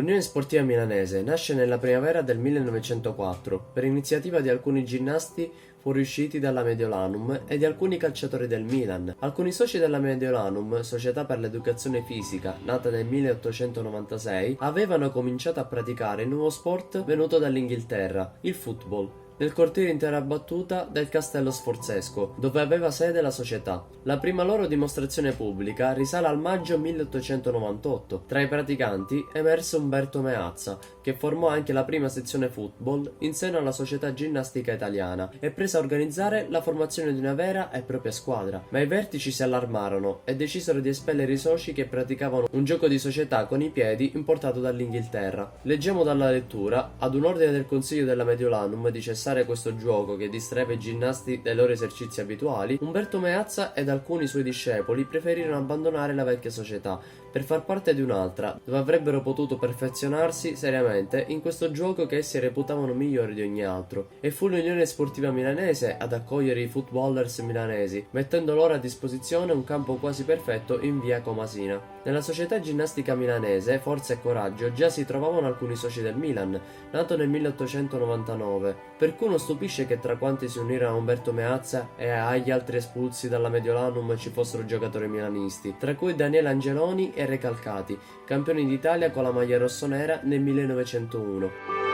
L'Unione Sportiva Milanese nasce nella primavera del 1904 per iniziativa di alcuni ginnasti fuoriusciti dalla Mediolanum e di alcuni calciatori del Milan. Alcuni soci della Mediolanum, società per l'educazione fisica, nata nel 1896, avevano cominciato a praticare il nuovo sport venuto dall'Inghilterra, il football, nel cortile in terra battuta del Castello Sforzesco, dove aveva sede la società. La prima loro dimostrazione pubblica risale al maggio 1898. Tra i praticanti emerse Umberto Meazza, che formò anche la prima sezione football in seno alla Società Ginnastica Italiana e prese a organizzare la formazione di una vera e propria squadra. Ma i vertici si allarmarono e decisero di espellere i soci che praticavano un gioco di società con i piedi importato dall'Inghilterra. Leggiamo dalla lettura: ad un ordine del Consiglio della Mediolanum di cessare questo gioco che distraeva i ginnasti dai loro esercizi abituali, Umberto Meazza ed alcuni suoi discepoli preferirono abbandonare la vecchia società per far parte di un'altra, dove avrebbero potuto perfezionarsi seriamente in questo gioco che essi reputavano migliore di ogni altro. E fu l'Unione Sportiva Milanese ad accogliere i footballers milanesi, mettendo loro a disposizione un campo quasi perfetto in via Comasina. Nella Società Ginnastica Milanese, Forza e Coraggio, già si trovavano alcuni soci del Milan, nato nel 1899, per cui non stupisce che tra quanti si unirono a Umberto Meazza e agli altri espulsi dalla Mediolanum ci fossero giocatori milanisti, tra cui Daniele Angeloni e Recalcati, campioni d'Italia con la maglia rossonera nel 1901.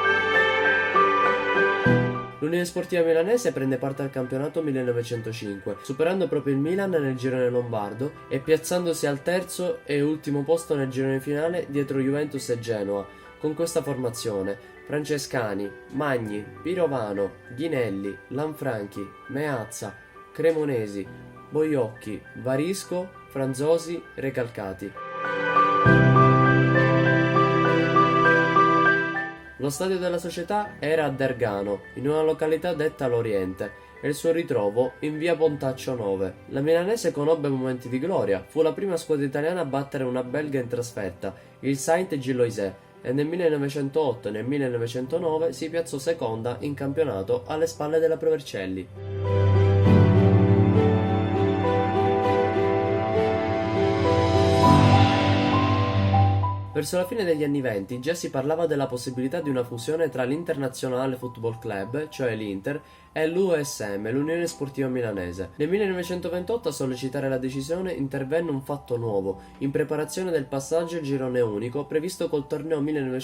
L'Unione Sportiva Milanese prende parte al campionato 1905, superando proprio il Milan nel girone lombardo e piazzandosi al terzo e ultimo posto nel girone finale dietro Juventus e Genoa. Con questa formazione Francescani, Magni, Pirovano, Ghinelli, Lanfranchi, Meazza, Cremonesi, Boiocchi, Varisco, Franzosi, Recalcati. Lo stadio della società era a Dergano, in una località detta l'Oriente, e il suo ritrovo in via Pontaccio 9. La milanese conobbe momenti di gloria, fu la prima squadra italiana a battere una belga in trasferta, il Saint-Gilloise, e nel 1908 e nel 1909 si piazzò seconda in campionato alle spalle della Provercelli. Verso la fine degli anni '20 già si parlava della possibilità di una fusione tra l'Internazionale Football Club, cioè l'Inter, e l'USM, l'Unione Sportiva Milanese. Nel 1928 a sollecitare la decisione intervenne un fatto nuovo, in preparazione del passaggio al girone unico previsto col torneo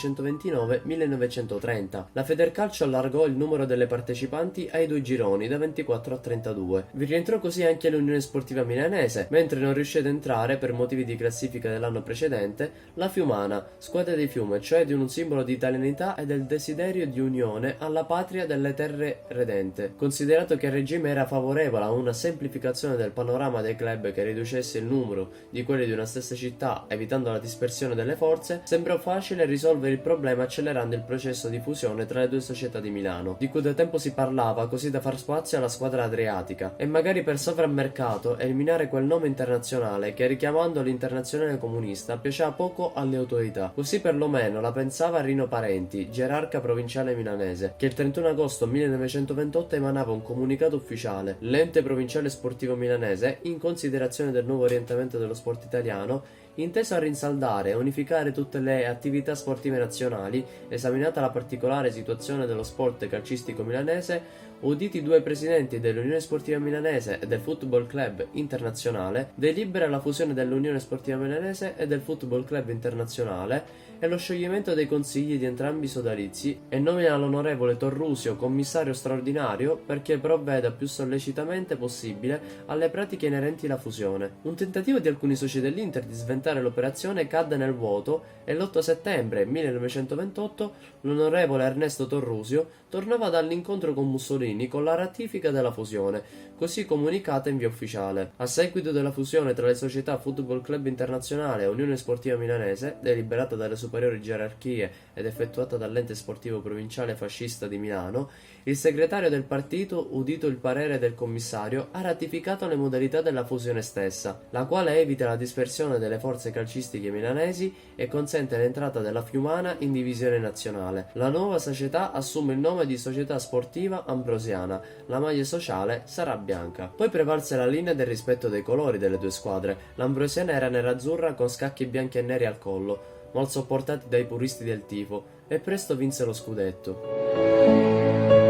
1929-1930. La Federcalcio allargò il numero delle partecipanti ai due gironi, da 24 a 32. Vi rientrò così anche l'Unione Sportiva Milanese, mentre non riuscì ad entrare, per motivi di classifica dell'anno precedente, la Fiumana, squadra di fiume, cioè di un simbolo di italianità e del desiderio di unione alla patria delle terre redente. Considerato che il regime era favorevole a una semplificazione del panorama dei club che riducesse il numero di quelli di una stessa città, evitando la dispersione delle forze, sembrò facile risolvere il problema accelerando il processo di fusione tra le due società di Milano, di cui da tempo si parlava, così da far spazio alla squadra adriatica, e magari per sovrammercato eliminare quel nome internazionale che, richiamando l'internazionale comunista, piaceva poco alle autorità. Così perlomeno la pensava Rino Parenti, gerarca provinciale milanese, che il 31 agosto 1928 emanava un comunicato ufficiale: l'ente provinciale sportivo milanese, in considerazione del nuovo orientamento dello sport italiano, inteso a rinsaldare e unificare tutte le attività sportive nazionali, esaminata la particolare situazione dello sport calcistico milanese, uditi i due presidenti dell'Unione Sportiva Milanese e del Football Club Internazionale, delibera la fusione dell'Unione Sportiva Milanese e del Football Club Internazionale e lo scioglimento dei consigli di entrambi i sodalizi, e nomina l'onorevole Torrusio commissario straordinario perché provveda più sollecitamente possibile alle pratiche inerenti alla fusione. Un tentativo di alcuni soci dell'Inter di sventare l'operazione cadde nel vuoto e l'8 settembre 1928 l'onorevole Ernesto Torrusio tornava dall'incontro con Mussolini con la ratifica della fusione, così comunicata in via ufficiale. A seguito della fusione tra le società Football Club Internazionale e Unione Sportiva Milanese, deliberata dalle superiori gerarchie ed effettuata dall'ente sportivo provinciale fascista di Milano, il segretario del partito, udito il parere del commissario, ha ratificato le modalità della fusione stessa, la quale evita la dispersione delle forze calcistiche milanesi e consente l'entrata della Fiumana in divisione nazionale. La nuova società assume il nome di Società Sportiva Ambrosiana, la maglia sociale sarà bianca. Poi prevalse la linea del rispetto dei colori delle due squadre. L'Ambrosiana era nerazzurra con scacchi bianchi e neri al collo, mal sopportati dai puristi del tifo, e presto vinse lo scudetto.